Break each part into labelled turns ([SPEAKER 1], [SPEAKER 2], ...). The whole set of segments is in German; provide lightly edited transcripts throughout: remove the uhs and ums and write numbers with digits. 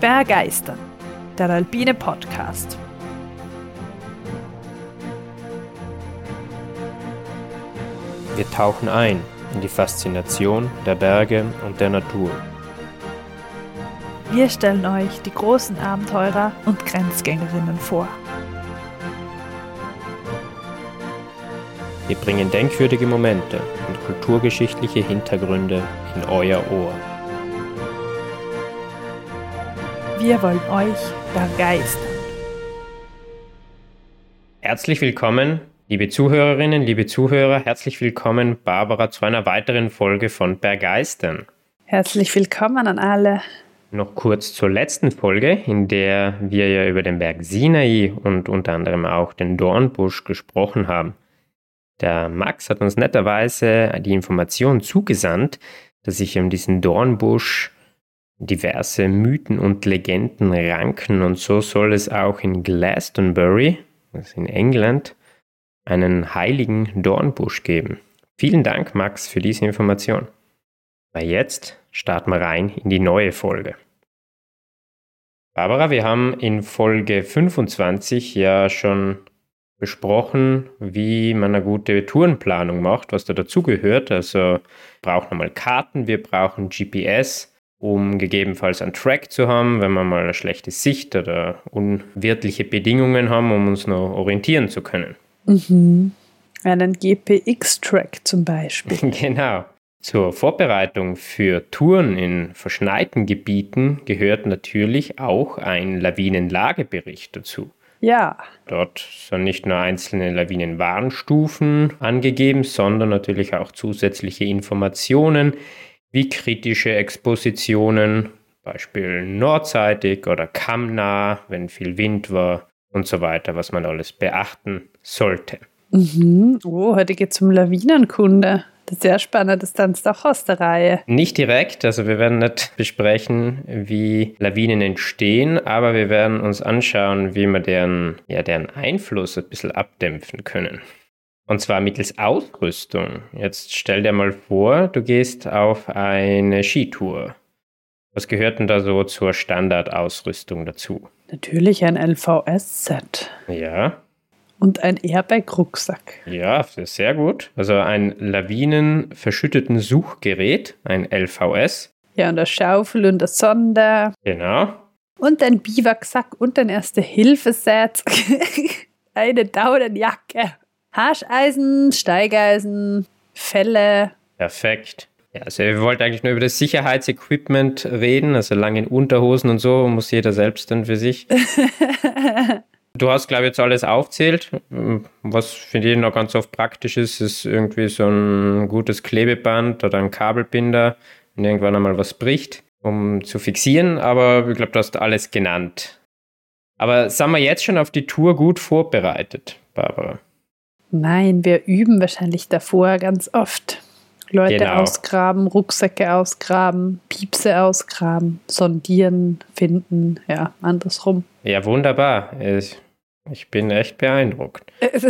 [SPEAKER 1] Bergeistern, der alpine Podcast.
[SPEAKER 2] Wir tauchen ein in die Faszination der Berge und der Natur.
[SPEAKER 1] Wir stellen euch die großen Abenteurer und Grenzgängerinnen vor.
[SPEAKER 2] Wir bringen denkwürdige Momente und kulturgeschichtliche Hintergründe in euer Ohr.
[SPEAKER 1] Wir wollen euch begeistern.
[SPEAKER 2] Herzlich willkommen, liebe Zuhörerinnen, liebe Zuhörer, herzlich willkommen, Barbara, zu einer weiteren Folge von Bergeistern.
[SPEAKER 1] Herzlich willkommen an alle.
[SPEAKER 2] Noch kurz zur letzten Folge, in der wir ja über den Berg Sinai und unter anderem auch den Dornbusch gesprochen haben. Der Max hat uns netterweise die Information zugesandt, dass sich um diesen Dornbusch diverse Mythen und Legenden ranken, und so soll es auch in Glastonbury, das ist in England, einen heiligen Dornbusch geben. Vielen Dank, Max, für diese Information. Aber jetzt starten wir rein in die neue Folge. Barbara, wir haben in Folge 25 ja schon besprochen, wie man eine gute Tourenplanung macht, was da dazugehört. Also wir brauchen einmal Karten, wir brauchen GPS, um gegebenenfalls einen Track zu haben, wenn wir mal eine schlechte Sicht oder unwirtliche Bedingungen haben, um uns noch orientieren zu können.
[SPEAKER 1] Einen GPX-Track zum Beispiel.
[SPEAKER 2] Genau. Zur Vorbereitung für Touren in verschneiten Gebieten gehört natürlich auch ein Lawinenlagebericht dazu.
[SPEAKER 1] Ja.
[SPEAKER 2] Dort sind nicht nur einzelne Lawinenwarnstufen angegeben, sondern natürlich auch zusätzliche Informationen wie kritische Expositionen, Beispiel nordseitig oder kammnah, wenn viel Wind war und so weiter, was man alles beachten sollte.
[SPEAKER 1] Oh, heute geht es um Lawinenkunde. Das ist sehr spannend, das tanzt auch aus der Reihe.
[SPEAKER 2] Nicht direkt, also wir werden nicht besprechen, wie Lawinen entstehen, aber wir werden uns anschauen, wie wir deren Einfluss ein bisschen abdämpfen können. Und zwar mittels Ausrüstung. Jetzt stell dir mal vor, du gehst auf eine Skitour. Was gehört denn da so zur Standardausrüstung dazu?
[SPEAKER 1] Natürlich ein LVS-Set.
[SPEAKER 2] Ja.
[SPEAKER 1] Und ein Airbag-Rucksack.
[SPEAKER 2] Ja, das ist sehr gut. Also ein lawinenverschütteten Suchgerät, ein LVS.
[SPEAKER 1] Ja, und eine Schaufel und eine Sonde.
[SPEAKER 2] Genau.
[SPEAKER 1] Und ein Biwaksack und ein Erste-Hilfe-Set. Eine Daunenjacke. Hascheisen, Steigeisen, Felle.
[SPEAKER 2] Perfekt. Ja, also wir wollten eigentlich nur über das Sicherheitsequipment reden, also lange Unterhosen und so, muss jeder selbst dann für sich. Du hast, glaube ich, jetzt alles aufzählt. Was für jeden noch ganz oft praktisch ist irgendwie so ein gutes Klebeband oder ein Kabelbinder, wenn irgendwann einmal was bricht, um zu fixieren. Aber ich glaube, du hast alles genannt. Aber sind wir jetzt schon auf die Tour gut vorbereitet, Barbara?
[SPEAKER 1] Wir üben wahrscheinlich davor ganz oft. Leute ausgraben, Rucksäcke ausgraben, Piepse ausgraben, sondieren, finden, ja, andersrum.
[SPEAKER 2] Ja, wunderbar. Ich bin echt beeindruckt.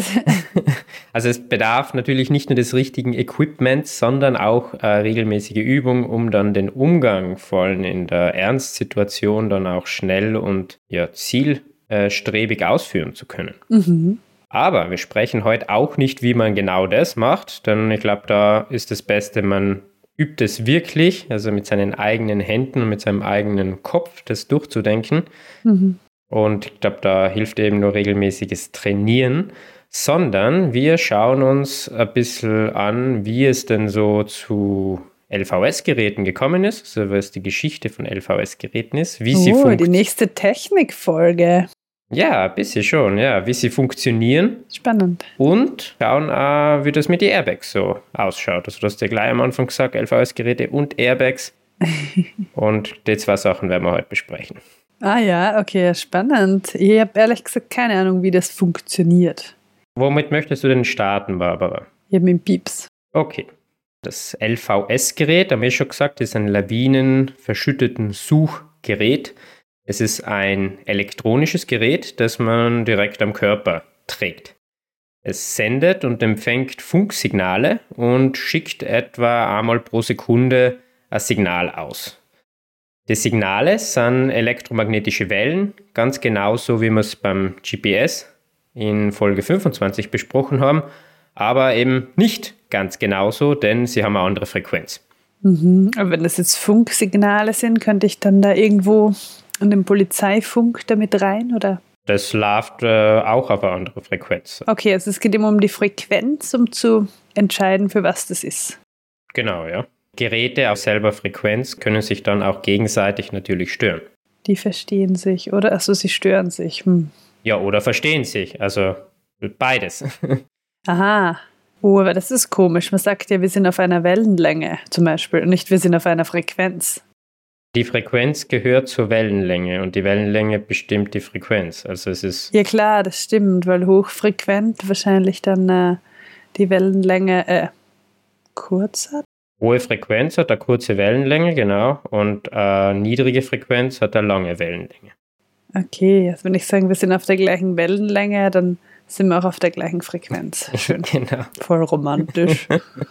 [SPEAKER 2] Also es bedarf natürlich nicht nur des richtigen Equipments, sondern auch regelmäßige Übung, um dann den Umgang vor allem in der Ernstsituation dann auch schnell und zielstrebig ausführen zu können. Aber wir sprechen heute auch nicht, wie man genau das macht, denn ich glaube, da ist das Beste, man übt es wirklich, also mit seinen eigenen Händen und mit seinem eigenen Kopf, das durchzudenken. Und ich glaube, da hilft eben nur regelmäßiges Trainieren, sondern wir schauen uns ein bisschen an, wie es denn so zu LVS-Geräten gekommen ist, also was die Geschichte von LVS-Geräten ist, wie sie
[SPEAKER 1] die nächste Technikfolge.
[SPEAKER 2] Ja, ein bisschen schon, ja, wie sie funktionieren.
[SPEAKER 1] Spannend.
[SPEAKER 2] Und schauen, wie das mit den Airbags so ausschaut. Also du hast ja gleich am Anfang gesagt, LVS-Geräte und Airbags. Und die zwei Sachen werden wir heute besprechen.
[SPEAKER 1] Ah ja, okay, spannend. Ich habe ehrlich gesagt keine Ahnung, wie das funktioniert.
[SPEAKER 2] Womit möchtest du denn starten, Barbara?
[SPEAKER 1] Ich habe mit dem Pieps.
[SPEAKER 2] Okay. Das LVS-Gerät, haben wir schon gesagt, ist ein lawinenverschütteten Suchgerät. Es ist ein elektronisches Gerät, das man direkt am Körper trägt. Es sendet und empfängt Funksignale und schickt etwa einmal pro Sekunde ein Signal aus. Die Signale sind elektromagnetische Wellen, ganz genauso wie wir es beim GPS in Folge 25 besprochen haben, aber eben nicht ganz genauso, denn sie haben eine andere Frequenz.
[SPEAKER 1] Aber wenn das jetzt Funksignale sind, könnte ich dann da irgendwo an den Polizeifunk damit rein, oder?
[SPEAKER 2] Das läuft auch auf eine andere Frequenz.
[SPEAKER 1] Okay, also es geht immer um die Frequenz, um zu entscheiden, für was das ist.
[SPEAKER 2] Genau, ja. Geräte auf selber Frequenz können sich dann auch gegenseitig natürlich stören.
[SPEAKER 1] Die verstehen sich, oder? Also sie stören sich.
[SPEAKER 2] Ja, oder verstehen sich. Also beides.
[SPEAKER 1] Aha. Oh, aber das ist komisch. Man sagt ja, wir sind auf einer Wellenlänge zum Beispiel und nicht, wir sind auf einer Frequenz.
[SPEAKER 2] Die Frequenz gehört zur Wellenlänge und die Wellenlänge bestimmt die Frequenz. Also es ist.
[SPEAKER 1] Ja klar, das stimmt, weil hochfrequent wahrscheinlich dann die Wellenlänge kurz hat.
[SPEAKER 2] Hohe Frequenz hat eine kurze Wellenlänge, genau, und niedrige Frequenz hat eine lange Wellenlänge.
[SPEAKER 1] Okay, also wenn ich sage, wir sind auf der gleichen Wellenlänge, dann sind wir auch auf der gleichen Frequenz. Schön.
[SPEAKER 2] Genau.
[SPEAKER 1] Voll romantisch.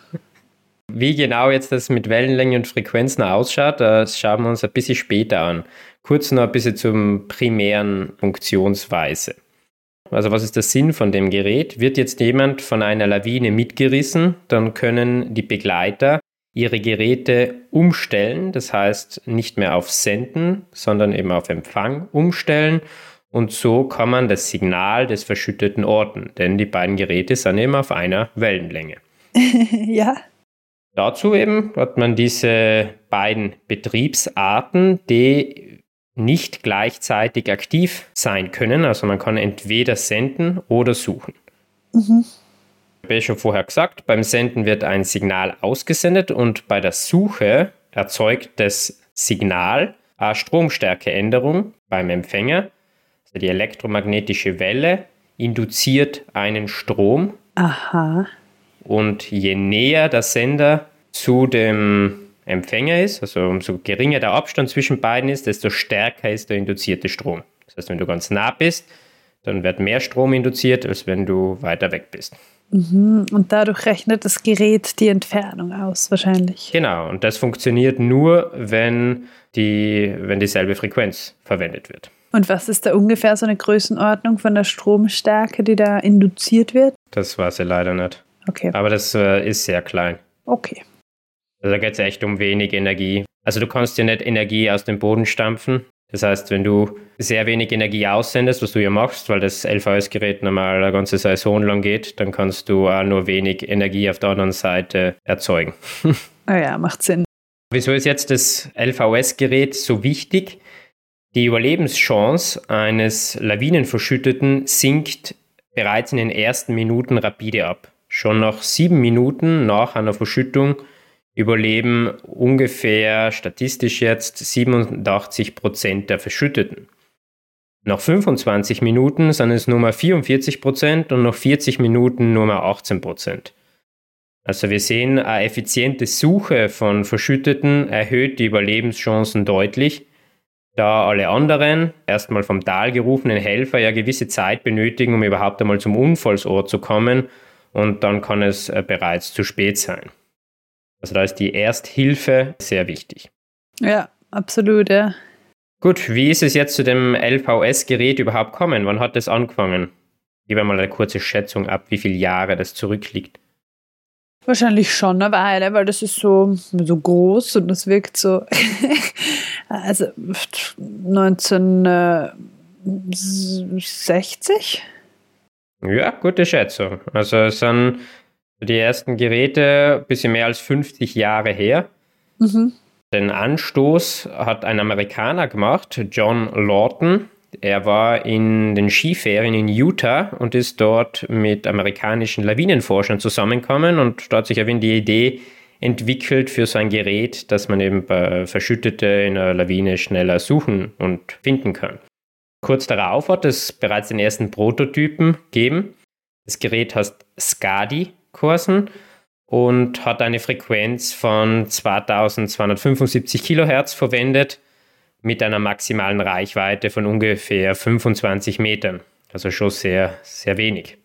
[SPEAKER 2] Wie genau jetzt das mit Wellenlänge und Frequenzen ausschaut, das schauen wir uns ein bisschen später an. Kurz noch ein bisschen zum primären Funktionsweise. Also was ist der Sinn von dem Gerät? Wird jetzt jemand von einer Lawine mitgerissen, dann können die Begleiter ihre Geräte umstellen, das heißt nicht mehr auf Senden, sondern eben auf Empfang umstellen und so kann man das Signal des verschütteten orten, denn die beiden Geräte sind eben auf einer Wellenlänge.
[SPEAKER 1] Ja.
[SPEAKER 2] Dazu eben hat man diese beiden Betriebsarten, die nicht gleichzeitig aktiv sein können. Also man kann entweder senden oder suchen. Ich habe schon vorher gesagt, beim Senden wird ein Signal ausgesendet und bei der Suche erzeugt das Signal eine Stromstärkeänderung beim Empfänger. Also die elektromagnetische Welle induziert einen Strom.
[SPEAKER 1] Aha.
[SPEAKER 2] Und je näher der Sender zu dem Empfänger ist, also umso geringer der Abstand zwischen beiden ist, desto stärker ist der induzierte Strom. Das heißt, wenn du ganz nah bist, dann wird mehr Strom induziert, als wenn du weiter weg bist.
[SPEAKER 1] Und dadurch rechnet das Gerät die Entfernung aus, wahrscheinlich.
[SPEAKER 2] Genau, und das funktioniert nur, wenn dieselbe Frequenz verwendet wird.
[SPEAKER 1] Und was ist da ungefähr so eine Größenordnung von der Stromstärke, die da induziert wird?
[SPEAKER 2] Das weiß ich leider nicht.
[SPEAKER 1] Okay.
[SPEAKER 2] Aber das ist sehr klein.
[SPEAKER 1] Okay.
[SPEAKER 2] Also da geht es echt um wenig Energie. Also du kannst ja nicht Energie aus dem Boden stampfen. Das heißt, wenn du sehr wenig Energie aussendest, was du ja machst, weil das LVS-Gerät normal eine ganze Saison lang geht, dann kannst du auch nur wenig Energie auf der anderen Seite erzeugen.
[SPEAKER 1] Ah ja, macht Sinn.
[SPEAKER 2] Wieso ist jetzt das LVS-Gerät so wichtig? Die Überlebenschance eines Lawinenverschütteten sinkt bereits in den ersten Minuten rapide ab. Schon nach 7 Minuten nach einer Verschüttung überleben ungefähr, statistisch jetzt, 87% der Verschütteten. Nach 25 Minuten sind es nur mal 44% und nach 40 Minuten nur mal 18%. Also wir sehen, eine effiziente Suche von Verschütteten erhöht die Überlebenschancen deutlich, da alle anderen, erstmal vom Tal gerufenen Helfer, ja gewisse Zeit benötigen, um überhaupt einmal zum Unfallsort zu kommen und dann kann es bereits zu spät sein. Also da ist die Ersthilfe sehr wichtig.
[SPEAKER 1] Ja, absolut, ja.
[SPEAKER 2] Gut, wie ist es jetzt zu dem LVS-Gerät überhaupt gekommen? Wann hat das angefangen? Gib mal eine kurze Schätzung ab, wie viele Jahre das zurückliegt.
[SPEAKER 1] Wahrscheinlich schon eine Weile, weil das ist so groß und das wirkt so, also 1960?
[SPEAKER 2] Ja, gute Schätzung. Also es sind die ersten Geräte ein bisschen mehr als 50 Jahre her. Den Anstoß hat ein Amerikaner gemacht, John Lawton. Er war in den Skiferien in Utah und ist dort mit amerikanischen Lawinenforschern zusammengekommen und da hat sich die Idee entwickelt für so ein Gerät, dass man eben Verschüttete in einer Lawine schneller suchen und finden kann. Kurz darauf hat es bereits den ersten Prototypen gegeben. Das Gerät heißt SCADI geheißen und hat eine Frequenz von 2275 Kilohertz verwendet mit einer maximalen Reichweite von ungefähr 25 Metern. Also schon sehr, sehr wenig.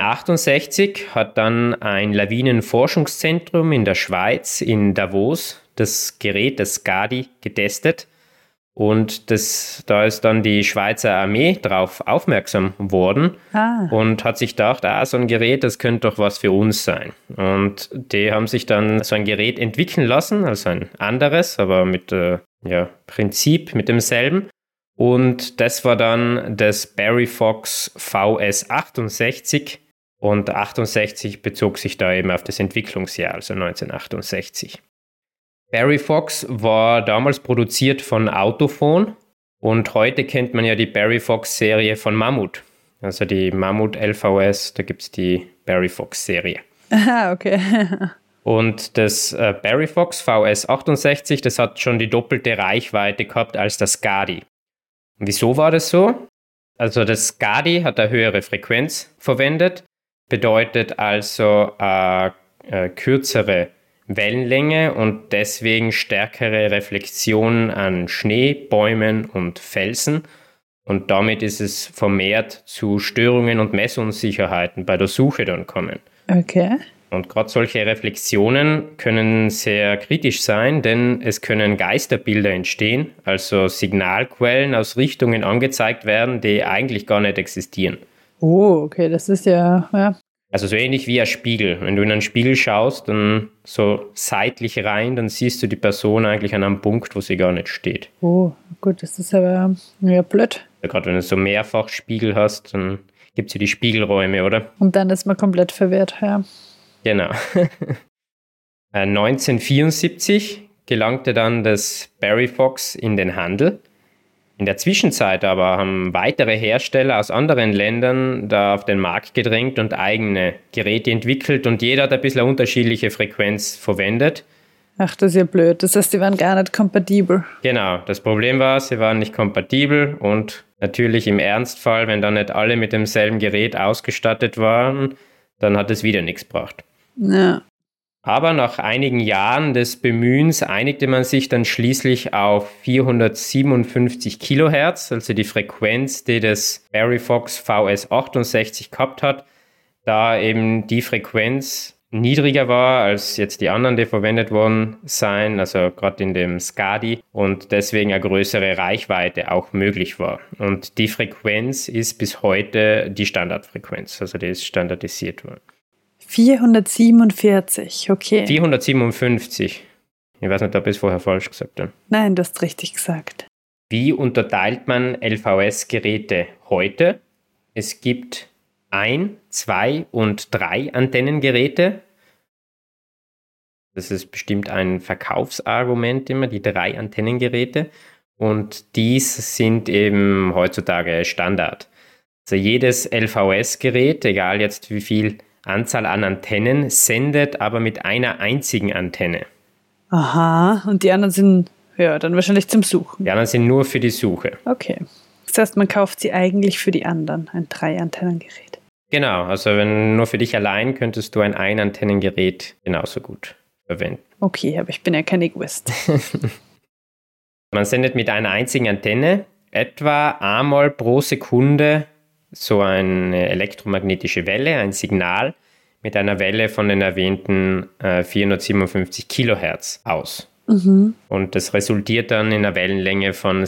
[SPEAKER 2] 1968 hat dann ein Lawinenforschungszentrum in der Schweiz, in Davos, das Gerät, das Skadi, getestet. Und da ist dann die Schweizer Armee drauf aufmerksam worden und hat sich gedacht, so ein Gerät, das könnte doch was für uns sein. Und die haben sich dann so ein Gerät entwickeln lassen, also ein anderes, aber mit Prinzip, mit demselben. Und das war dann das Barry-Fox VS68 und 68 bezog sich da eben auf das Entwicklungsjahr, also 1968. Barry-Fox war damals produziert von Autophon und heute kennt man ja die Barry-Fox-Serie von Mammut. Also die Mammut LVS, da gibt es die Barry-Fox-Serie.
[SPEAKER 1] Aha, okay.
[SPEAKER 2] Und das Barry-Fox VS68, das hat schon die doppelte Reichweite gehabt als das Skadi. Und wieso war das so? Also das Skadi hat eine höhere Frequenz verwendet, bedeutet also kürzere Wellenlänge und deswegen stärkere Reflexionen an Schnee, Bäumen und Felsen. Und damit ist es vermehrt zu Störungen und Messunsicherheiten bei der Suche dann kommen.
[SPEAKER 1] Okay.
[SPEAKER 2] Und gerade solche Reflexionen können sehr kritisch sein, denn es können Geisterbilder entstehen, also Signalquellen aus Richtungen angezeigt werden, die eigentlich gar nicht existieren.
[SPEAKER 1] Oh, okay, das ist ja.
[SPEAKER 2] Also so ähnlich wie ein Spiegel. Wenn du in einen Spiegel schaust, dann so seitlich rein, dann siehst du die Person eigentlich an einem Punkt, wo sie gar nicht steht.
[SPEAKER 1] Oh, gut, das ist aber blöd.
[SPEAKER 2] Ja, gerade wenn du so mehrfach Spiegel hast, dann gibt es ja die Spiegelräume, oder?
[SPEAKER 1] Und dann ist man komplett verwirrt, ja.
[SPEAKER 2] Genau. 1974 gelangte dann das Barry-Fox in den Handel. In der Zwischenzeit aber haben weitere Hersteller aus anderen Ländern da auf den Markt gedrängt und eigene Geräte entwickelt und jeder hat ein bisschen eine unterschiedliche Frequenz verwendet.
[SPEAKER 1] Ach, das ist ja blöd. Das heißt, die waren gar nicht kompatibel.
[SPEAKER 2] Genau, das Problem war, sie waren nicht kompatibel und natürlich im Ernstfall, wenn dann nicht alle mit demselben Gerät ausgestattet waren, dann hat es wieder nichts gebracht.
[SPEAKER 1] Ja.
[SPEAKER 2] Aber nach einigen Jahren des Bemühens einigte man sich dann schließlich auf 457 Kilohertz, also die Frequenz, die das Barry-Fox VS68 gehabt hat, da eben die Frequenz niedriger war als jetzt die anderen, die verwendet worden seien, also gerade in dem Skadi und deswegen eine größere Reichweite auch möglich war. Und die Frequenz ist bis heute die Standardfrequenz, also die ist standardisiert worden.
[SPEAKER 1] 447, okay.
[SPEAKER 2] 457. Ich weiß nicht, ob ich es vorher falsch gesagt habe.
[SPEAKER 1] Nein, du hast richtig gesagt.
[SPEAKER 2] Wie unterteilt man LVS-Geräte heute? Es gibt 1, 2 und 3 Antennengeräte. Das ist bestimmt ein Verkaufsargument immer, die 3 Antennengeräte. Und dies sind eben heutzutage Standard. Also jedes LVS-Gerät, egal jetzt wie viel Anzahl an Antennen, sendet aber mit einer einzigen Antenne.
[SPEAKER 1] Aha, und die anderen sind dann wahrscheinlich zum Suchen.
[SPEAKER 2] Die anderen sind nur für die Suche.
[SPEAKER 1] Okay. Das heißt, man kauft sie eigentlich für die anderen, ein 3-Antennengerät.
[SPEAKER 2] Genau, also wenn nur für dich allein, könntest du ein Ein-Antennengerät genauso gut verwenden.
[SPEAKER 1] Okay, aber ich bin ja kein Egoist.
[SPEAKER 2] Man sendet mit einer einzigen Antenne etwa einmal pro Sekunde so eine elektromagnetische Welle, ein Signal mit einer Welle von den erwähnten 457 Kilohertz aus. Mhm. Und das resultiert dann in einer Wellenlänge von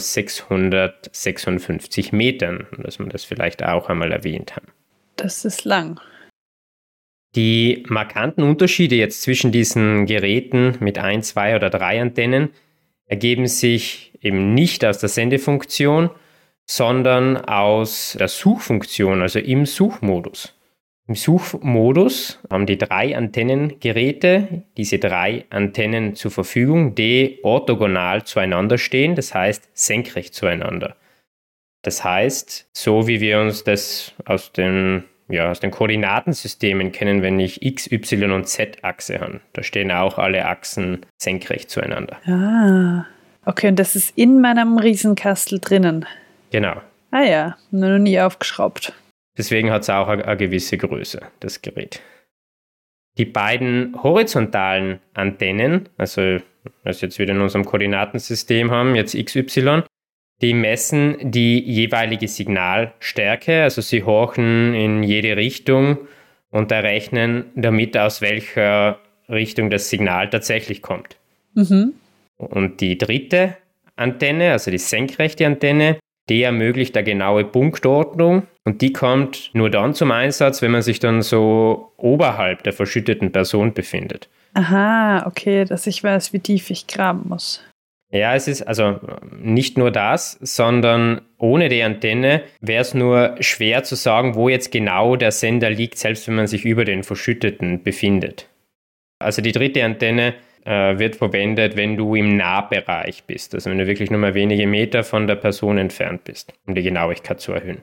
[SPEAKER 2] 656 Metern, dass wir das vielleicht auch einmal erwähnt haben.
[SPEAKER 1] Das ist lang.
[SPEAKER 2] Die markanten Unterschiede jetzt zwischen diesen Geräten mit 1, 2 oder 3 Antennen ergeben sich eben nicht aus der Sendefunktion, sondern aus der Suchfunktion, also im Suchmodus. Im Suchmodus haben die 3 Antennengeräte diese 3 Antennen zur Verfügung, die orthogonal zueinander stehen, das heißt senkrecht zueinander. Das heißt, so wie wir uns das aus den Koordinatensystemen kennen, wenn ich X, Y und Z-Achse habe. Da stehen auch alle Achsen senkrecht zueinander.
[SPEAKER 1] Ah, okay, und das ist in meinem Riesenkastel drinnen.
[SPEAKER 2] Genau.
[SPEAKER 1] Ah ja, noch nie aufgeschraubt.
[SPEAKER 2] Deswegen hat es auch eine gewisse Größe, das Gerät. Die beiden horizontalen Antennen, also was wir jetzt wieder in unserem Koordinatensystem haben, jetzt XY, die messen die jeweilige Signalstärke, also sie horchen in jede Richtung und errechnen damit, aus welcher Richtung das Signal tatsächlich kommt.
[SPEAKER 1] Mhm.
[SPEAKER 2] Und die dritte Antenne, also die senkrechte Antenne, die ermöglicht eine genaue Punktordnung und die kommt nur dann zum Einsatz, wenn man sich dann so oberhalb der verschütteten Person befindet.
[SPEAKER 1] Aha, okay, dass ich weiß, wie tief ich graben muss.
[SPEAKER 2] Ja, es ist also nicht nur das, sondern ohne die Antenne wäre es nur schwer zu sagen, wo jetzt genau der Sender liegt, selbst wenn man sich über den Verschütteten befindet. Also die dritte Antenne wird verwendet, wenn du im Nahbereich bist, also wenn du wirklich nur mal wenige Meter von der Person entfernt bist, um die Genauigkeit zu erhöhen.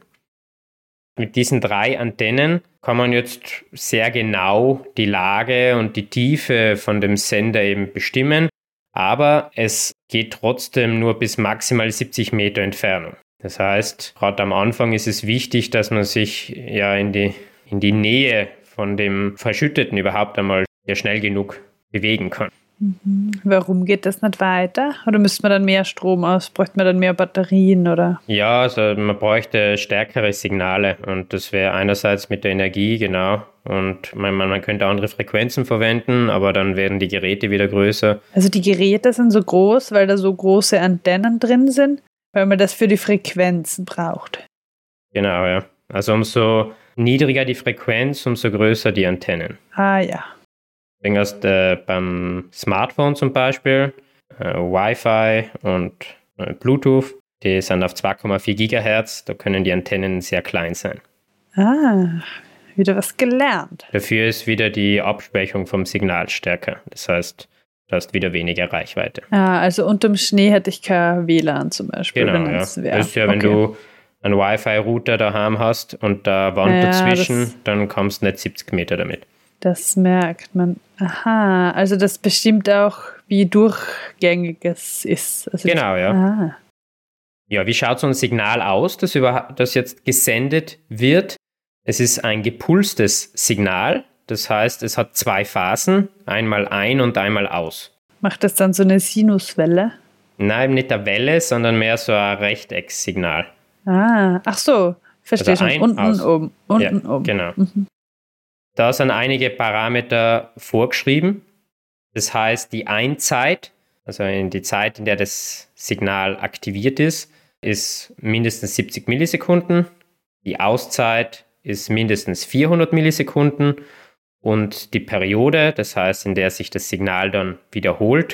[SPEAKER 2] Mit diesen 3 Antennen kann man jetzt sehr genau die Lage und die Tiefe von dem Sender eben bestimmen, aber es geht trotzdem nur bis maximal 70 Meter Entfernung. Das heißt, gerade am Anfang ist es wichtig, dass man sich ja in die Nähe von dem Verschütteten überhaupt einmal ja schnell genug bewegen kann.
[SPEAKER 1] Warum geht das nicht weiter? Oder müsste man dann mehr Strom bräuchte man dann mehr Batterien, oder?
[SPEAKER 2] Ja, also man bräuchte stärkere Signale und das wäre einerseits mit der Energie, genau. Und man könnte andere Frequenzen verwenden, aber dann werden die Geräte wieder größer.
[SPEAKER 1] Also die Geräte sind so groß, weil da so große Antennen drin sind, weil man das für die Frequenzen braucht.
[SPEAKER 2] Genau, ja. Also umso niedriger die Frequenz, umso größer die Antennen.
[SPEAKER 1] Ah ja.
[SPEAKER 2] Deswegen hast beim Smartphone zum Beispiel Wi-Fi und Bluetooth, die sind auf 2,4 Gigahertz, da können die Antennen sehr klein sein.
[SPEAKER 1] Ah, wieder was gelernt.
[SPEAKER 2] Dafür ist wieder die Abschwächung vom Signal stärker. Das heißt, du hast wieder weniger Reichweite.
[SPEAKER 1] Ah, also unterm Schnee hätte ich kein WLAN zum Beispiel.
[SPEAKER 2] Genau, ja. Das ist ja, wenn du einen Wi-Fi-Router daheim hast und da Wand dazwischen, dann kommst du nicht 70 Meter damit.
[SPEAKER 1] Das merkt man. Aha, also das bestimmt auch, wie durchgängig es ist. Also
[SPEAKER 2] genau, ja. Aha. Ja, wie schaut so ein Signal aus, das jetzt gesendet wird? Es ist ein gepulstes Signal. Das heißt, es hat 2 Phasen, einmal ein und einmal aus.
[SPEAKER 1] Macht das dann so eine Sinuswelle?
[SPEAKER 2] Nein, nicht eine Welle, sondern mehr so ein Rechtecksignal.
[SPEAKER 1] Ah, ach so, verstehe schon.
[SPEAKER 2] Also
[SPEAKER 1] unten,
[SPEAKER 2] aus.
[SPEAKER 1] oben, unten, oben.
[SPEAKER 2] Genau. Mhm. Da sind einige Parameter vorgeschrieben. Das heißt, die Einzeit, also die Zeit, in der das Signal aktiviert ist mindestens 70 Millisekunden. Die Auszeit ist mindestens 400 Millisekunden. Und die Periode, das heißt, in der sich das Signal dann wiederholt,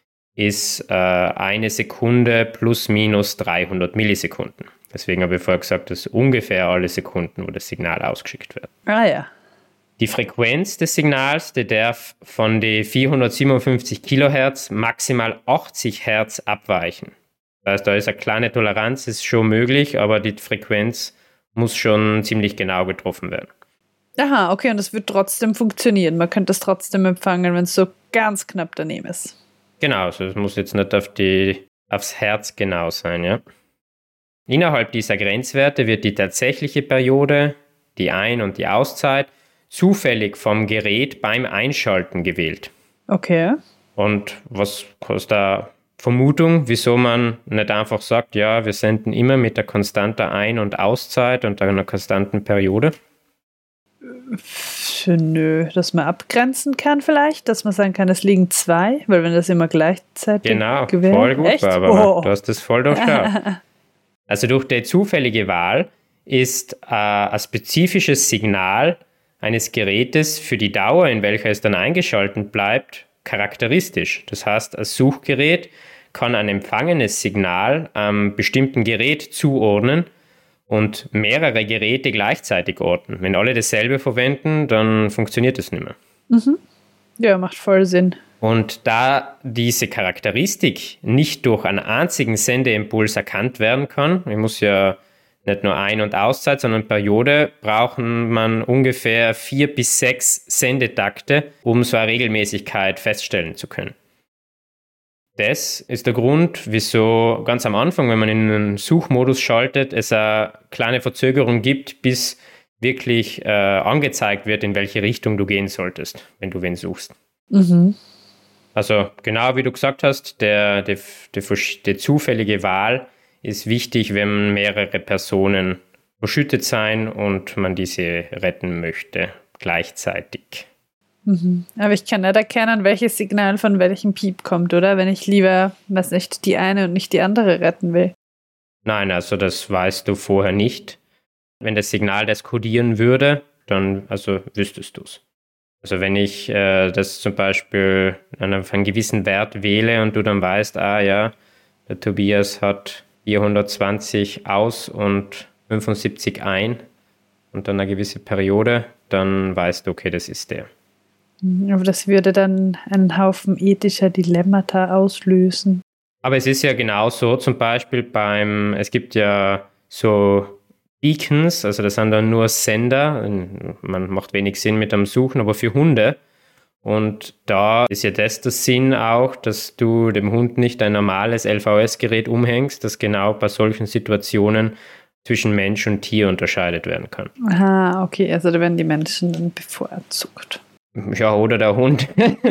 [SPEAKER 2] ist 1 Sekunde plus minus 300 Millisekunden. Deswegen habe ich vorher gesagt, dass ungefähr alle Sekunden, wo das Signal ausgeschickt wird.
[SPEAKER 1] Ah ja.
[SPEAKER 2] Die Frequenz des Signals, die darf von den 457 Kilohertz maximal 80 Hertz abweichen. Das heißt, da ist eine kleine Toleranz, ist schon möglich, aber die Frequenz muss schon ziemlich genau getroffen werden.
[SPEAKER 1] Aha, okay, und das wird trotzdem funktionieren. Man könnte es trotzdem empfangen, wenn es so ganz knapp daneben ist.
[SPEAKER 2] Genau, also es muss jetzt nicht aufs Herz genau sein, ja. Innerhalb dieser Grenzwerte wird die tatsächliche Periode, die Ein- und die Auszeit, zufällig vom Gerät beim Einschalten gewählt.
[SPEAKER 1] Okay.
[SPEAKER 2] Und was ist da Vermutung, wieso man nicht einfach sagt, ja, wir senden immer mit der konstanten Ein- und Auszeit und einer konstanten Periode?
[SPEAKER 1] Nö, dass man abgrenzen kann vielleicht, dass man sagen kann, es liegen 2, weil wenn das immer gleichzeitig gewählt.
[SPEAKER 2] Voll gut, Barbara. Du hast das voll durchschaut. Also durch die zufällige Wahl ist ein spezifisches Signal eines Gerätes für die Dauer, in welcher es dann eingeschaltet bleibt, charakteristisch. Das heißt, ein Suchgerät kann ein empfangenes Signal einem bestimmten Gerät zuordnen und mehrere Geräte gleichzeitig orten. Wenn alle dasselbe verwenden, dann funktioniert das nicht mehr.
[SPEAKER 1] Mhm. Ja, macht voll Sinn.
[SPEAKER 2] Und da diese Charakteristik nicht durch einen einzigen Sendeimpuls erkannt werden kann, ich muss ja nicht nur Ein- und Auszeit, sondern Periode, brauchen man ungefähr 4 bis 6 Sendetakte, um so eine Regelmäßigkeit feststellen zu können. Das ist der Grund, wieso ganz am Anfang, wenn man in einen Suchmodus schaltet, es eine kleine Verzögerung gibt, bis wirklich angezeigt wird, in welche Richtung du gehen solltest, wenn du wen suchst.
[SPEAKER 1] Mhm.
[SPEAKER 2] Also genau wie du gesagt hast, die zufällige Wahl ist wichtig, wenn mehrere Personen verschüttet sein und man diese retten möchte gleichzeitig.
[SPEAKER 1] Mhm. Aber ich kann nicht erkennen, welches Signal von welchem Piep kommt, oder? Wenn ich lieber, weiß nicht, die eine und nicht die andere retten will.
[SPEAKER 2] Nein, also das weißt du vorher nicht. Wenn das Signal das kodieren würde, dann wüsstest du es. Also wenn ich das zum Beispiel auf einen gewissen Wert wähle und du dann weißt, der Tobias hat 420 aus und 75 ein und dann eine gewisse Periode, dann weißt du, okay, das ist der.
[SPEAKER 1] Aber das würde dann einen Haufen ethischer Dilemmata auslösen.
[SPEAKER 2] Aber es ist ja genauso, zum Beispiel es gibt ja so Beacons, also das sind dann nur Sender, man macht wenig Sinn mit dem Suchen, aber für Hunde. Und da ist ja das der Sinn auch, dass du dem Hund nicht ein normales LVS-Gerät umhängst, das genau bei solchen Situationen zwischen Mensch und Tier unterscheidet werden kann.
[SPEAKER 1] Aha, okay, also da werden die Menschen dann bevorzugt.
[SPEAKER 2] Ja, oder der Hund.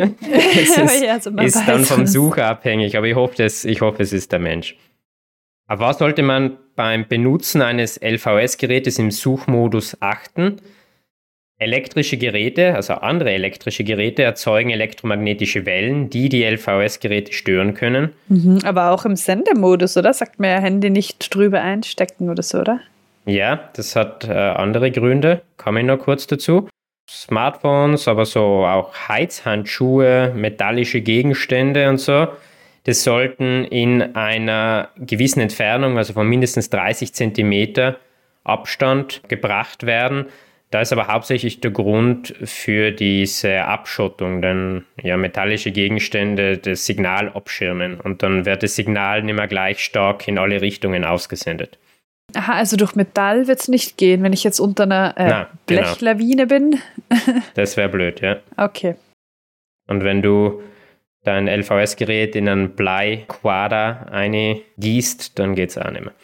[SPEAKER 2] Es ist dann vom Sucher abhängig, aber ich hoffe, es ist der Mensch. Auf was sollte man beim Benutzen eines LVS-Gerätes im Suchmodus achten? Elektrische Geräte, also andere elektrische Geräte, erzeugen elektromagnetische Wellen, die LVS-Geräte stören können.
[SPEAKER 1] Aber auch im Sendemodus, oder? Sagt man ja, Handy nicht drüber einstecken oder so, oder?
[SPEAKER 2] Ja, das hat andere Gründe. Komme ich noch kurz dazu. Smartphones, aber so auch Heizhandschuhe, metallische Gegenstände und so, das sollten in einer gewissen Entfernung, also von mindestens 30 Zentimeter Abstand gebracht werden. Da ist aber hauptsächlich der Grund für diese Abschottung, denn metallische Gegenstände das Signal abschirmen und dann wird das Signal nicht mehr gleich stark in alle Richtungen ausgesendet.
[SPEAKER 1] Aha, also durch Metall wird es nicht gehen, wenn ich jetzt unter einer Blechlawine bin.
[SPEAKER 2] Das wäre blöd, ja.
[SPEAKER 1] Okay.
[SPEAKER 2] Und wenn du dein LVS-Gerät in einen Blei-Quader eingießt, dann geht es auch nicht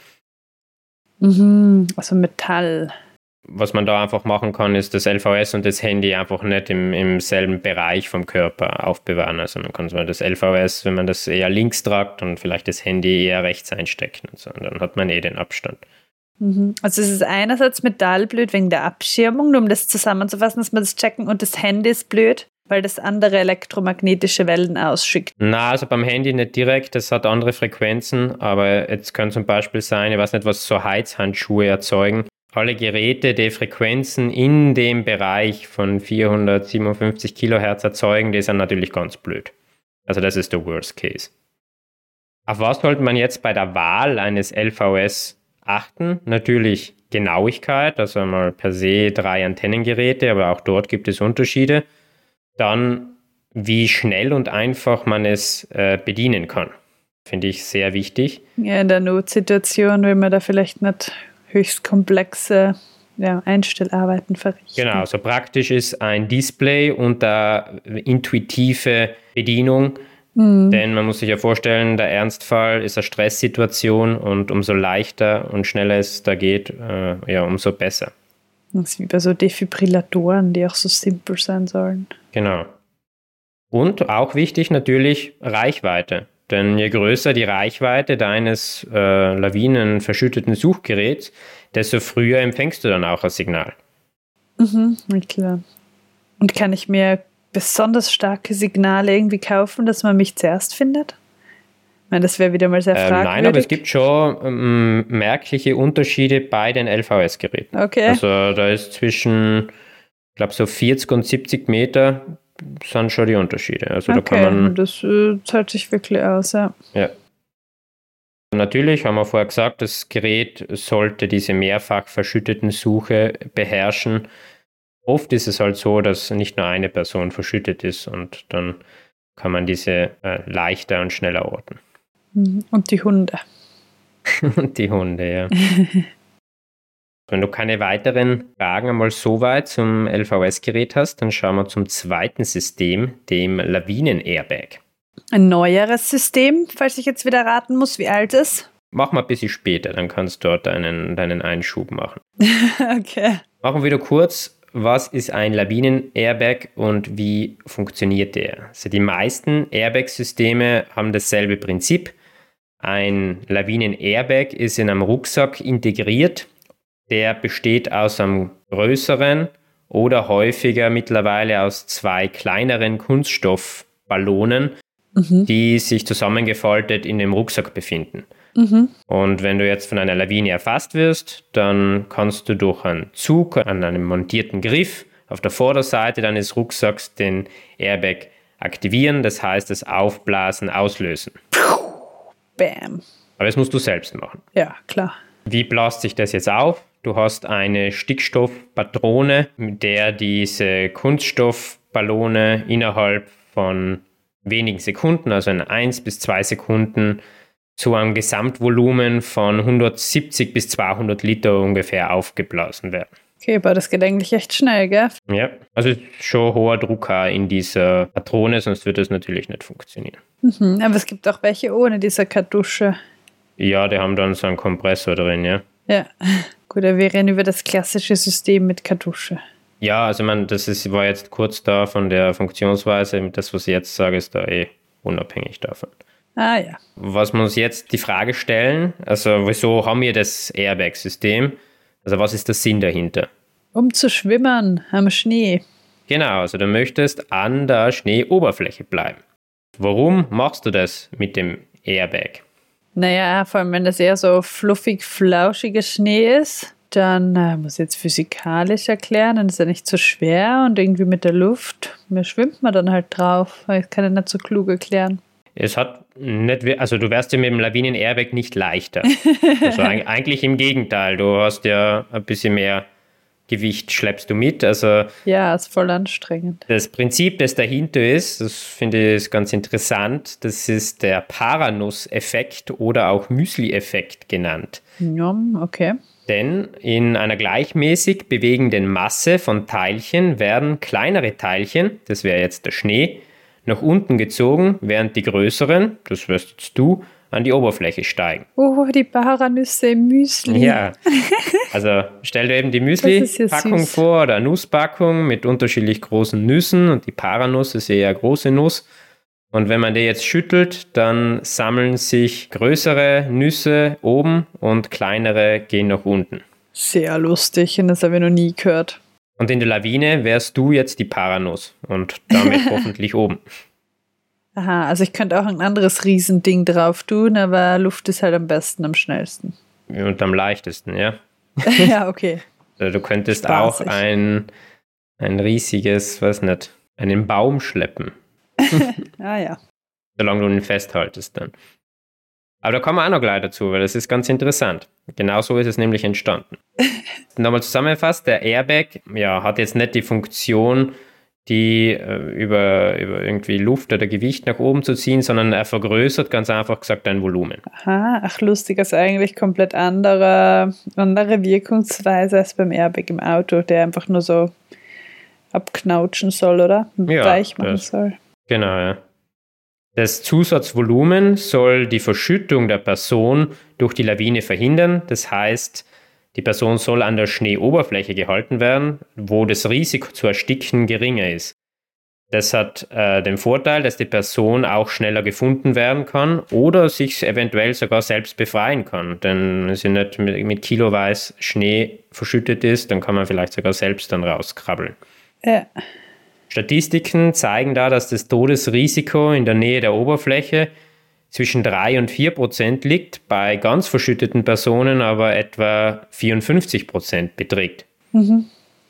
[SPEAKER 2] mehr.
[SPEAKER 1] Also Metall.
[SPEAKER 2] Was man da einfach machen kann, ist das LVS und das Handy einfach nicht im selben Bereich vom Körper aufbewahren. Also man kann das LVS, wenn man das eher links tragt und vielleicht das Handy eher rechts einstecken und so. Und dann hat man den Abstand.
[SPEAKER 1] Also es ist einerseits Metall blöd wegen der Abschirmung, nur um das zusammenzufassen, dass wir das checken, und das Handy ist blöd, weil das andere elektromagnetische Wellen ausschickt.
[SPEAKER 2] Na, also beim Handy nicht direkt, das hat andere Frequenzen, aber jetzt kann zum Beispiel sein, ich weiß nicht, was so Heizhandschuhe erzeugen. Alle Geräte, die Frequenzen in dem Bereich von 457 Kilohertz erzeugen, die sind natürlich ganz blöd. Also das ist der Worst Case. Auf was sollte man jetzt bei der Wahl eines LVS achten? Natürlich Genauigkeit, also einmal per se 3 Antennengeräte, aber auch dort gibt es Unterschiede. Dann, wie schnell und einfach man es bedienen kann. Finde ich sehr wichtig.
[SPEAKER 1] Ja, in der Notsituation will man da vielleicht nicht höchst komplexe Einstellarbeiten verrichten.
[SPEAKER 2] Genau, so praktisch ist ein Display und eine intuitive Bedienung. Denn man muss sich ja vorstellen, der Ernstfall ist eine Stresssituation und umso leichter und schneller es da geht, umso besser.
[SPEAKER 1] Das ist wie bei so Defibrillatoren, die auch so simpel sein sollen.
[SPEAKER 2] Genau. Und auch wichtig natürlich Reichweite. Denn je größer die Reichweite deines lawinenverschütteten Suchgeräts, desto früher empfängst du dann auch ein Signal.
[SPEAKER 1] Klar. Und kann ich mir besonders starke Signale irgendwie kaufen, dass man mich zuerst findet? Ich meine, das wäre wieder mal sehr fragwürdig.
[SPEAKER 2] Nein, aber es gibt schon merkliche Unterschiede bei den LVS-Geräten.
[SPEAKER 1] Okay.
[SPEAKER 2] Also da ist zwischen, ich glaube, so 40 und 70 Meter sind schon die Unterschiede. Also
[SPEAKER 1] okay,
[SPEAKER 2] da kann man,
[SPEAKER 1] das zahlt sich wirklich aus, ja.
[SPEAKER 2] Ja. Natürlich haben wir vorher gesagt, das Gerät sollte diese mehrfach verschütteten Suche beherrschen. Oft ist es halt so, dass nicht nur eine Person verschüttet ist und dann kann man diese leichter und schneller orten.
[SPEAKER 1] Und die Hunde.
[SPEAKER 2] Und die Hunde, ja. Wenn du keine weiteren Fragen einmal so weit zum LVS-Gerät hast, dann schauen wir zum zweiten System, dem Lawinen-Airbag.
[SPEAKER 1] Ein neueres System, falls ich jetzt wieder raten muss, wie alt es ist?
[SPEAKER 2] Mach mal ein bisschen später, dann kannst du dort deinen Einschub machen.
[SPEAKER 1] Okay.
[SPEAKER 2] Machen wir wieder kurz, was ist ein Lawinen-Airbag und wie funktioniert der? Also die meisten Airbag-Systeme haben dasselbe Prinzip. Ein Lawinen-Airbag ist in einem Rucksack integriert. Der besteht aus einem größeren oder häufiger mittlerweile aus 2 kleineren Kunststoffballonen, die sich zusammengefaltet in dem Rucksack befinden. Und wenn du jetzt von einer Lawine erfasst wirst, dann kannst du durch einen Zug an einem montierten Griff auf der Vorderseite deines Rucksacks den Airbag aktivieren, das heißt das Aufblasen auslösen.
[SPEAKER 1] Bam.
[SPEAKER 2] Aber das musst du selbst machen.
[SPEAKER 1] Ja, klar.
[SPEAKER 2] Wie bläst sich das jetzt auf? Du hast eine Stickstoffpatrone, mit der diese Kunststoffballone innerhalb von wenigen Sekunden, also in 1 bis 2 Sekunden, zu einem Gesamtvolumen von 170 bis 200 Liter ungefähr aufgeblasen werden.
[SPEAKER 1] Okay, aber das geht eigentlich echt schnell, gell?
[SPEAKER 2] Ja, also schon hoher Druck in dieser Patrone, sonst wird das natürlich nicht funktionieren.
[SPEAKER 1] Aber es gibt auch welche ohne diese Kartusche.
[SPEAKER 2] Ja, die haben dann so einen Kompressor drin, ja.
[SPEAKER 1] Ja, gut, wir reden über das klassische System mit Kartusche.
[SPEAKER 2] Ja, also war jetzt kurz da von der Funktionsweise. Das, was ich jetzt sage, ist da unabhängig davon.
[SPEAKER 1] Ah ja.
[SPEAKER 2] Was wir uns jetzt die Frage stellen, also wieso haben wir das Airbag-System? Also was ist der Sinn dahinter?
[SPEAKER 1] Um zu schwimmen am Schnee.
[SPEAKER 2] Genau, also du möchtest an der Schneeoberfläche bleiben. Warum machst du das mit dem Airbag?
[SPEAKER 1] Naja, vor allem wenn das eher so fluffig, flauschiger Schnee ist, dann muss ich jetzt physikalisch erklären, dann ist er nicht so schwer und irgendwie mit der Luft, mir schwimmt man dann halt drauf. Ich kann ja nicht so klug erklären.
[SPEAKER 2] Es hat nicht, also du wärst ja mit dem Lawinen-Airbag nicht leichter. Also eigentlich im Gegenteil, du hast ja ein bisschen mehr Gewicht, schleppst du mit. Also
[SPEAKER 1] ja, ist voll anstrengend.
[SPEAKER 2] Das Prinzip, das dahinter ist, das finde ich ganz interessant, das ist der Paranuss-Effekt oder auch Müsli-Effekt genannt.
[SPEAKER 1] Ja, okay.
[SPEAKER 2] Denn in einer gleichmäßig bewegenden Masse von Teilchen werden kleinere Teilchen, das wäre jetzt der Schnee, nach unten gezogen, während die größeren, das wärst jetzt du, an die Oberfläche steigen.
[SPEAKER 1] Oh, die Paranüsse im Müsli.
[SPEAKER 2] Ja, also stell dir eben die Müsli-Packung vor oder eine Nusspackung mit unterschiedlich großen Nüssen und die Paranuss ist eher eine große Nuss. Und wenn man die jetzt schüttelt, dann sammeln sich größere Nüsse oben und kleinere gehen nach unten.
[SPEAKER 1] Sehr lustig und das habe ich noch nie gehört.
[SPEAKER 2] Und in der Lawine wärst du jetzt die Paranuss und damit hoffentlich oben.
[SPEAKER 1] Aha, also ich könnte auch ein anderes Riesending drauf tun, aber Luft ist halt am besten, am schnellsten.
[SPEAKER 2] Und am leichtesten, ja.
[SPEAKER 1] Ja, okay.
[SPEAKER 2] Also du könntest
[SPEAKER 1] Spaßig.
[SPEAKER 2] auch ein riesiges, weiß nicht, einen Baum schleppen.
[SPEAKER 1] Ah ja.
[SPEAKER 2] Solange du ihn festhaltest dann. Aber da kommen wir auch noch gleich dazu, weil das ist ganz interessant. Genau so ist es nämlich entstanden. Nochmal zusammengefasst, der Airbag hat jetzt nicht die Funktion, die über irgendwie Luft oder Gewicht nach oben zu ziehen, sondern er vergrößert ganz einfach gesagt dein Volumen.
[SPEAKER 1] Aha, ach lustig, also eigentlich komplett andere Wirkungsweise als beim Airbag im Auto, der einfach nur so abknautschen soll, oder? Weich machen soll.
[SPEAKER 2] Genau, ja. Das Zusatzvolumen soll die Verschüttung der Person durch die Lawine verhindern. Das heißt, die Person soll an der Schneeoberfläche gehalten werden, wo das Risiko zu ersticken geringer ist. Das hat den Vorteil, dass die Person auch schneller gefunden werden kann oder sich eventuell sogar selbst befreien kann. Denn wenn sie nicht mit kiloweise Schnee verschüttet ist, dann kann man vielleicht sogar selbst dann rauskrabbeln.
[SPEAKER 1] Ja.
[SPEAKER 2] Statistiken zeigen da, dass das Todesrisiko in der Nähe der Oberfläche zwischen 3 und 4% liegt, bei ganz verschütteten Personen aber etwa 54% beträgt. Mhm.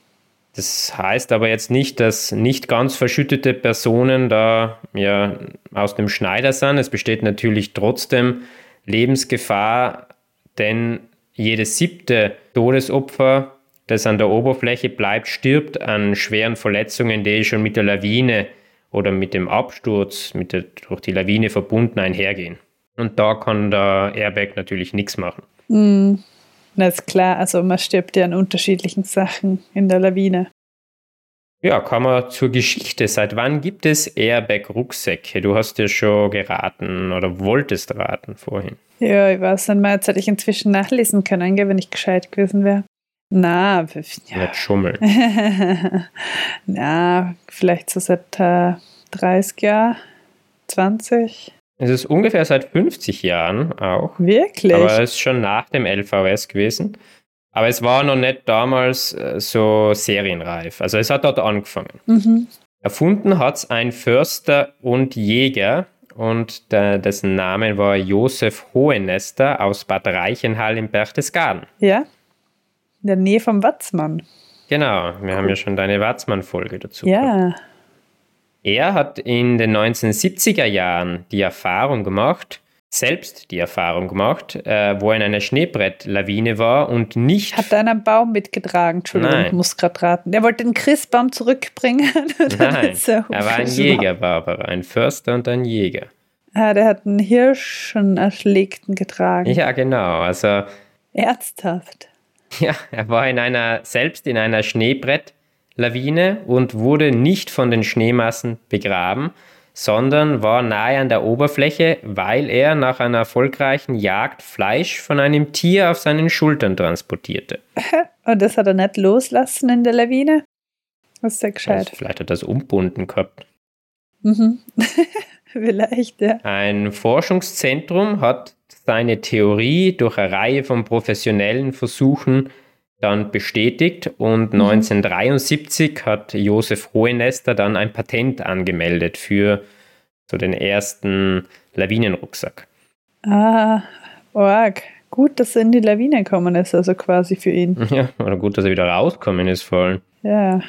[SPEAKER 2] Das heißt aber jetzt nicht, dass nicht ganz verschüttete Personen da aus dem Schneider sind. Es besteht natürlich trotzdem Lebensgefahr, denn jedes 7. Todesopfer, das an der Oberfläche bleibt, stirbt an schweren Verletzungen, die schon mit der Lawine oder mit dem Absturz durch die Lawine verbunden einhergehen. Und da kann der Airbag natürlich nichts machen.
[SPEAKER 1] Das ist klar, also man stirbt ja an unterschiedlichen Sachen in der Lawine.
[SPEAKER 2] Ja, kommen wir zur Geschichte. Seit wann gibt es Airbag-Rucksäcke? Du hast ja schon geraten oder wolltest raten vorhin. Ja,
[SPEAKER 1] ich weiß nicht mehr, jetzt hätte ich inzwischen nachlesen können, wenn ich gescheit gewesen wäre. Na,
[SPEAKER 2] nicht schummeln.
[SPEAKER 1] Na, vielleicht so seit 30 Jahren, 20.
[SPEAKER 2] Es ist ungefähr seit 50 Jahren auch.
[SPEAKER 1] Wirklich?
[SPEAKER 2] Aber es ist schon nach dem LVS gewesen. Aber es war noch nicht damals so serienreif. Also es hat dort angefangen. Erfunden hat es ein Förster und Jäger und dessen Name war Josef Hohenester aus Bad Reichenhall im Berchtesgaden.
[SPEAKER 1] Ja, in der Nähe vom Watzmann.
[SPEAKER 2] Genau, wir haben ja schon deine Watzmann-Folge dazu
[SPEAKER 1] Ja.
[SPEAKER 2] gehabt. Er hat in den 1970er Jahren selbst die Erfahrung gemacht, wo er in einer Schneebrettlawine war und nicht...
[SPEAKER 1] Hat er einen Baum mitgetragen? Entschuldigung,
[SPEAKER 2] Nein.
[SPEAKER 1] Ich muss gerade raten. Der wollte den Christbaum zurückbringen.
[SPEAKER 2] Nein, er war ein Jäger, Barbara, ein Förster und ein Jäger.
[SPEAKER 1] Ah, der hat einen Hirsch, einen Erschlägten getragen.
[SPEAKER 2] Ja, genau, also...
[SPEAKER 1] Ernsthaft?
[SPEAKER 2] Ja, er war selbst in einer Schneebrettlawine und wurde nicht von den Schneemassen begraben, sondern war nahe an der Oberfläche, weil er nach einer erfolgreichen Jagd Fleisch von einem Tier auf seinen Schultern transportierte.
[SPEAKER 1] Und das hat er nicht loslassen in der Lawine? Das ist ja gescheit.
[SPEAKER 2] Also vielleicht hat er das umbunden gehabt.
[SPEAKER 1] Vielleicht, ja.
[SPEAKER 2] Ein Forschungszentrum hat seine Theorie durch eine Reihe von professionellen Versuchen dann bestätigt und 1973 hat Josef Hohenester dann ein Patent angemeldet für so den ersten Lawinenrucksack.
[SPEAKER 1] Ah, arg. Gut, dass er in die Lawine gekommen ist, also quasi für ihn.
[SPEAKER 2] Ja, oder gut, dass er wieder rausgekommen ist vor allem.
[SPEAKER 1] Ja.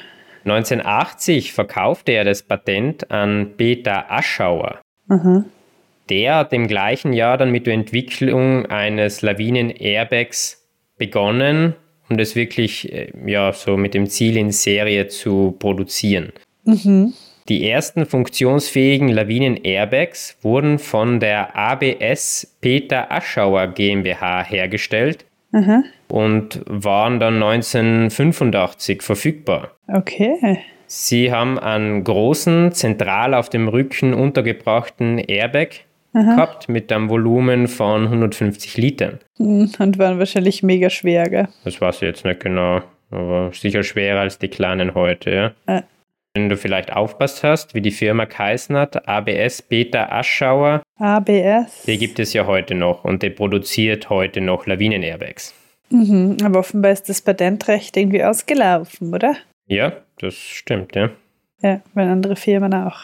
[SPEAKER 2] 1980 verkaufte er das Patent an Peter Aschauer.
[SPEAKER 1] Aha.
[SPEAKER 2] Der hat im gleichen Jahr dann mit der Entwicklung eines Lawinen-Airbags begonnen, um das wirklich so mit dem Ziel in Serie zu produzieren. Die ersten funktionsfähigen Lawinen-Airbags wurden von der ABS Peter Aschauer GmbH hergestellt und waren dann 1985 verfügbar.
[SPEAKER 1] Okay.
[SPEAKER 2] Sie haben einen großen, zentral auf dem Rücken untergebrachten Airbag gehabt mit einem Volumen von 150 Litern.
[SPEAKER 1] Und waren wahrscheinlich mega schwer, gell?
[SPEAKER 2] Das weiß ich jetzt nicht genau, aber sicher schwerer als die kleinen heute. Ja? Wenn du vielleicht aufpasst hast, wie die Firma geheißen hat, ABS Peter Aschauer.
[SPEAKER 1] ABS?
[SPEAKER 2] Die gibt es ja heute noch und die produziert heute noch Lawinen-Airbags.
[SPEAKER 1] Aber offenbar ist das Patentrecht irgendwie ausgelaufen, oder?
[SPEAKER 2] Ja, das stimmt, ja.
[SPEAKER 1] Ja, weil andere Firmen auch.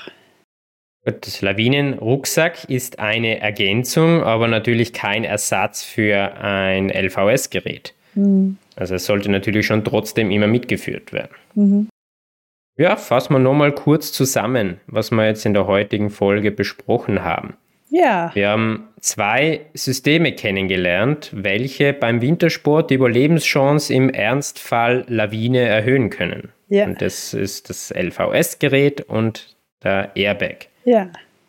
[SPEAKER 2] Das Lawinenrucksack ist eine Ergänzung, aber natürlich kein Ersatz für ein LVS-Gerät. Also es sollte natürlich schon trotzdem immer mitgeführt werden. Ja, fassen wir nochmal kurz zusammen, was wir jetzt in der heutigen Folge besprochen haben.
[SPEAKER 1] Ja.
[SPEAKER 2] Wir haben 2 Systeme kennengelernt, welche beim Wintersport die Überlebenschance im Ernstfall Lawine erhöhen können.
[SPEAKER 1] Ja.
[SPEAKER 2] Und das ist das LVS-Gerät und der Airbag.
[SPEAKER 1] Ja.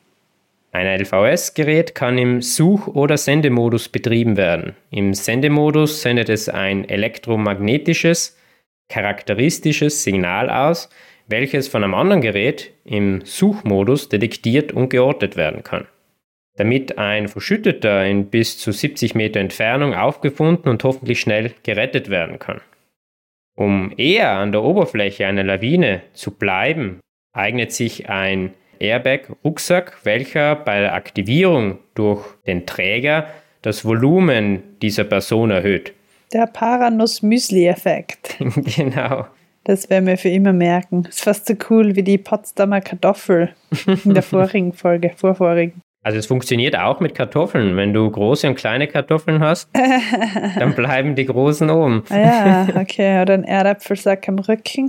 [SPEAKER 2] Ein LVS-Gerät kann im Such- oder Sendemodus betrieben werden. Im Sendemodus sendet es ein elektromagnetisches, charakteristisches Signal aus, welches von einem anderen Gerät im Suchmodus detektiert und geortet werden kann. Damit ein Verschütteter in bis zu 70 Meter Entfernung aufgefunden und hoffentlich schnell gerettet werden kann. Um eher an der Oberfläche einer Lawine zu bleiben, eignet sich ein Airbag-Rucksack, welcher bei der Aktivierung durch den Träger das Volumen dieser Person erhöht.
[SPEAKER 1] Der Paranuss-Müsli-Effekt.
[SPEAKER 2] Genau.
[SPEAKER 1] Das werden wir für immer merken. Das ist fast so cool wie die Potsdamer Kartoffel in der vorvorigen.
[SPEAKER 2] Also es funktioniert auch mit Kartoffeln. Wenn du große und kleine Kartoffeln hast, dann bleiben die großen oben.
[SPEAKER 1] Ah ja, okay. Oder ein Erdapfelsack am Rücken.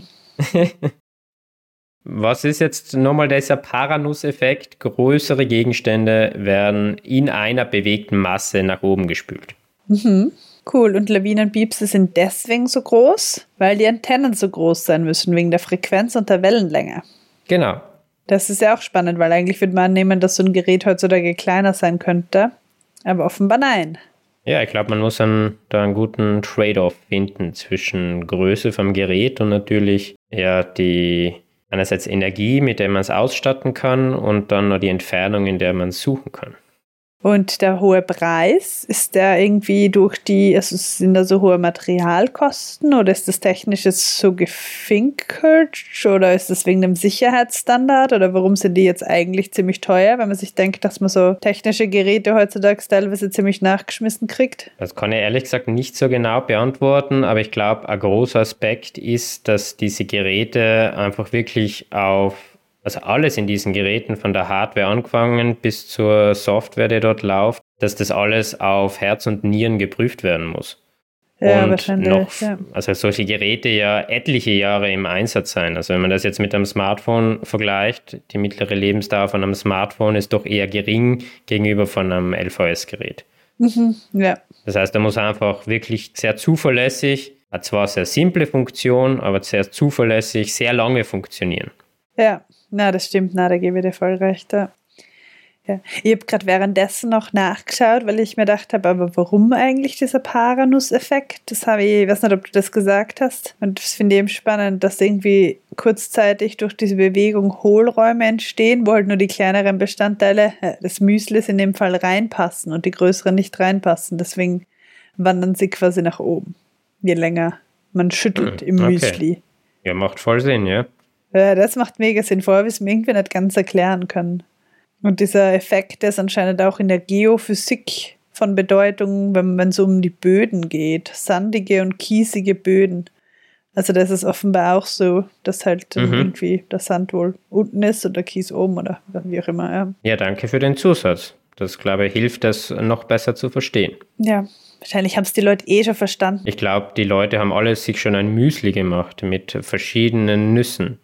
[SPEAKER 2] Was ist jetzt nochmal dieser Paranuss-Effekt? Größere Gegenstände werden in einer bewegten Masse nach oben gespült.
[SPEAKER 1] Cool. Und Lawinenpiepse sind deswegen so groß, weil die Antennen so groß sein müssen, wegen der Frequenz und der Wellenlänge.
[SPEAKER 2] Genau.
[SPEAKER 1] Das ist ja auch spannend, weil eigentlich würde man annehmen, dass so ein Gerät heutzutage kleiner sein könnte. Aber offenbar nein.
[SPEAKER 2] Ja, ich glaube, man muss da einen guten Trade-off finden zwischen Größe vom Gerät und natürlich die einerseits Energie, mit der man es ausstatten kann und dann noch die Entfernung, in der man es suchen kann.
[SPEAKER 1] Und der hohe Preis, ist der irgendwie also sind da so hohe Materialkosten oder ist das technisch jetzt so gefinkelt oder ist das wegen dem Sicherheitsstandard oder warum sind die jetzt eigentlich ziemlich teuer, wenn man sich denkt, dass man so technische Geräte heutzutage teilweise ziemlich nachgeschmissen kriegt?
[SPEAKER 2] Das kann ich ehrlich gesagt nicht so genau beantworten, aber ich glaube, ein großer Aspekt ist, dass diese Geräte einfach wirklich also alles in diesen Geräten, von der Hardware angefangen bis zur Software, die dort läuft, dass das alles auf Herz und Nieren geprüft werden muss.
[SPEAKER 1] Ja,
[SPEAKER 2] und
[SPEAKER 1] wahrscheinlich,
[SPEAKER 2] also solche Geräte ja etliche Jahre im Einsatz sein. Also wenn man das jetzt mit einem Smartphone vergleicht, die mittlere Lebensdauer von einem Smartphone ist doch eher gering gegenüber von einem LVS-Gerät.
[SPEAKER 1] Ja.
[SPEAKER 2] Das heißt, da muss einfach wirklich sehr zuverlässig, hat zwar sehr simple Funktion, aber sehr zuverlässig, sehr lange funktionieren.
[SPEAKER 1] Ja, das stimmt, da gebe ich dir voll recht. Ja. Ich habe gerade währenddessen noch nachgeschaut, weil ich mir gedacht habe, aber warum eigentlich dieser Paranuss-Effekt? Ich weiß nicht, ob du das gesagt hast. Und das finde ich eben spannend, dass irgendwie kurzzeitig durch diese Bewegung Hohlräume entstehen, wo halt nur die kleineren Bestandteile des Müslis in dem Fall reinpassen und die größeren nicht reinpassen. Deswegen wandern sie quasi nach oben, je länger man schüttelt im Müsli.
[SPEAKER 2] Ja, macht voll Sinn, ja.
[SPEAKER 1] Ja, das macht mega Sinn, vorher, wie es mir irgendwie nicht ganz erklären können. Und dieser Effekt, der ist anscheinend auch in der Geophysik von Bedeutung, wenn es um die Böden geht. Sandige und kiesige Böden. Also das ist offenbar auch so, dass halt irgendwie der Sand wohl unten ist und der Kies oben oder wie auch immer. Ja,
[SPEAKER 2] ja, danke für den Zusatz. Das, glaube ich, hilft, das noch besser zu verstehen.
[SPEAKER 1] Ja, wahrscheinlich haben es die Leute schon verstanden.
[SPEAKER 2] Ich glaube, die Leute haben alle sich schon ein Müsli gemacht mit verschiedenen Nüssen.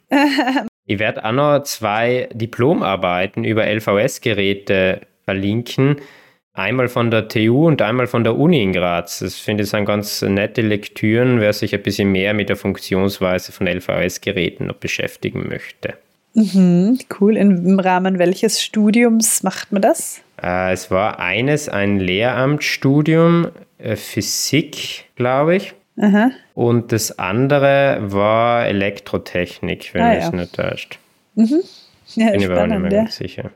[SPEAKER 2] Ich werde auch noch 2 Diplomarbeiten über LVS-Geräte verlinken. Einmal von der TU und einmal von der Uni in Graz. Das finde ich sind ganz nette Lektüren, wer sich ein bisschen mehr mit der Funktionsweise von LVS-Geräten noch beschäftigen möchte.
[SPEAKER 1] Cool. Im Rahmen welches Studiums macht man das?
[SPEAKER 2] Es war ein Lehramtsstudium, Physik, glaube ich.
[SPEAKER 1] Aha.
[SPEAKER 2] Und das andere war Elektrotechnik, wenn mich es nicht täuscht.
[SPEAKER 1] Ja,
[SPEAKER 2] bin ich aber auch nicht mehr ganz sicher.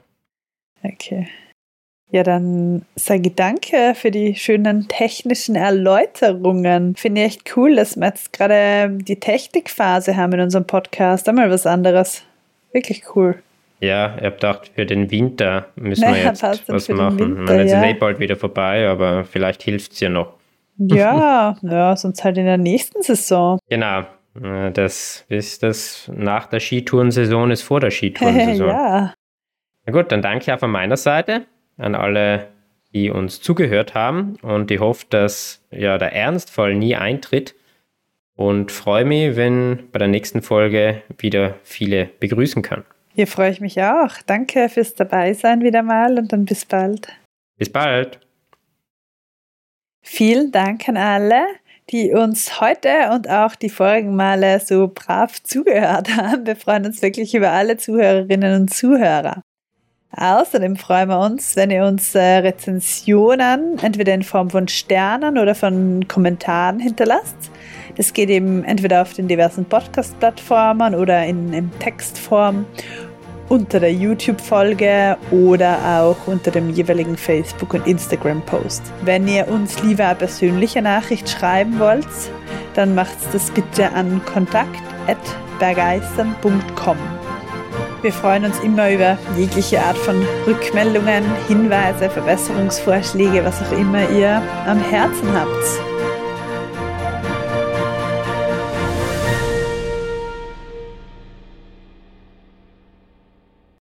[SPEAKER 1] Okay. Ja, dann sage ich danke für die schönen technischen Erläuterungen. Finde ich echt cool, dass wir jetzt gerade die Technikphase haben in unserem Podcast. Einmal was anderes. Wirklich cool.
[SPEAKER 2] Ja, ich habe gedacht, für den Winter müssen wir jetzt was machen.
[SPEAKER 1] Winter,
[SPEAKER 2] ich meine, jetzt ist bald wieder vorbei, aber vielleicht hilft es ja noch.
[SPEAKER 1] Ja, sonst halt in der nächsten Saison.
[SPEAKER 2] Genau, das nach der Skitourensaison ist vor der Skitourensaison.
[SPEAKER 1] Ja.
[SPEAKER 2] Na gut, dann danke auch von meiner Seite an alle, die uns zugehört haben und ich hoffe, dass der Ernstfall nie eintritt und freue mich, wenn bei der nächsten Folge wieder viele begrüßen kann.
[SPEAKER 1] Hier freue ich mich auch. Danke fürs Dabeisein wieder mal und dann bis bald.
[SPEAKER 2] Bis bald.
[SPEAKER 1] Vielen Dank an alle, die uns heute und auch die vorigen Male so brav zugehört haben. Wir freuen uns wirklich über alle Zuhörerinnen und Zuhörer. Außerdem freuen wir uns, wenn ihr uns Rezensionen entweder in Form von Sternen oder von Kommentaren hinterlasst. Das geht eben entweder auf den diversen Podcast-Plattformen oder in Textform unter der YouTube-Folge oder auch unter dem jeweiligen Facebook- und Instagram-Post. Wenn ihr uns lieber eine persönliche Nachricht schreiben wollt, dann macht das bitte an kontakt@bergeistern.com. Wir freuen uns immer über jegliche Art von Rückmeldungen, Hinweise, Verbesserungsvorschläge, was auch immer ihr am Herzen habt.